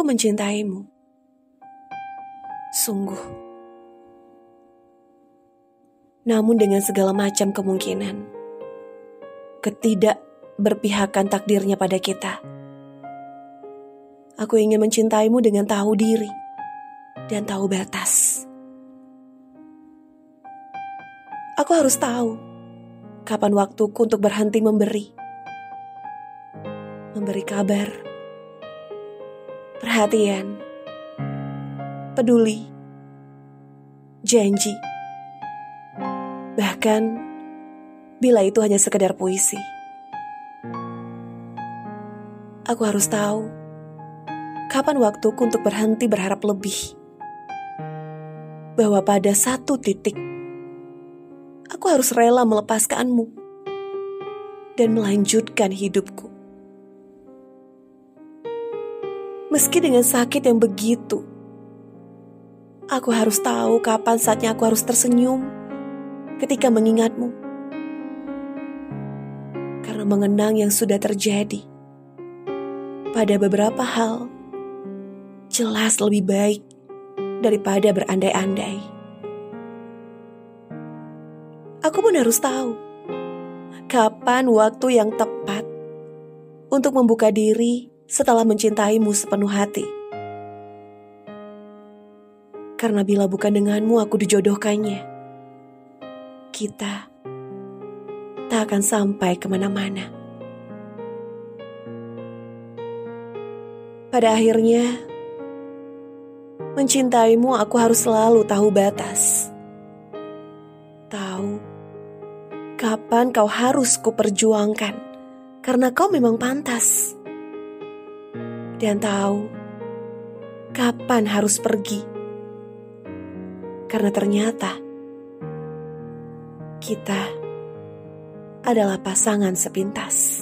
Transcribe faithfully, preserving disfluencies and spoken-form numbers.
mencintaimu. Sungguh. Namun dengan segala macam kemungkinan, ketidakberpihakan takdirnya pada kita, aku ingin mencintaimu dengan tahu diri dan tahu batas. Aku harus tahu kapan waktuku untuk berhenti memberi. Memberi kabar, perhatian, peduli, janji. Bahkan bila itu hanya sekedar puisi. Aku harus tahu kapan waktuku untuk berhenti berharap lebih. Bahwa pada satu titik aku harus rela melepaskanmu dan melanjutkan hidupku. Meski dengan sakit yang begitu, aku harus tahu kapan saatnya aku harus tersenyum ketika mengingatmu. Karena mengenang yang sudah terjadi pada beberapa hal jelas lebih baik daripada berandai-andai. Aku pun harus tahu kapan waktu yang tepat untuk membuka diri setelah mencintaimu sepenuh hati. Karena bila bukan denganmu aku dijodohkannya, kita tak akan sampai kemana-mana. Pada akhirnya, mencintaimu aku harus selalu tahu batas. Tahu kapan kau harus kuperjuangkan karena kau memang pantas. Dan tahu kapan harus pergi karena ternyata kita adalah pasangan sepintas.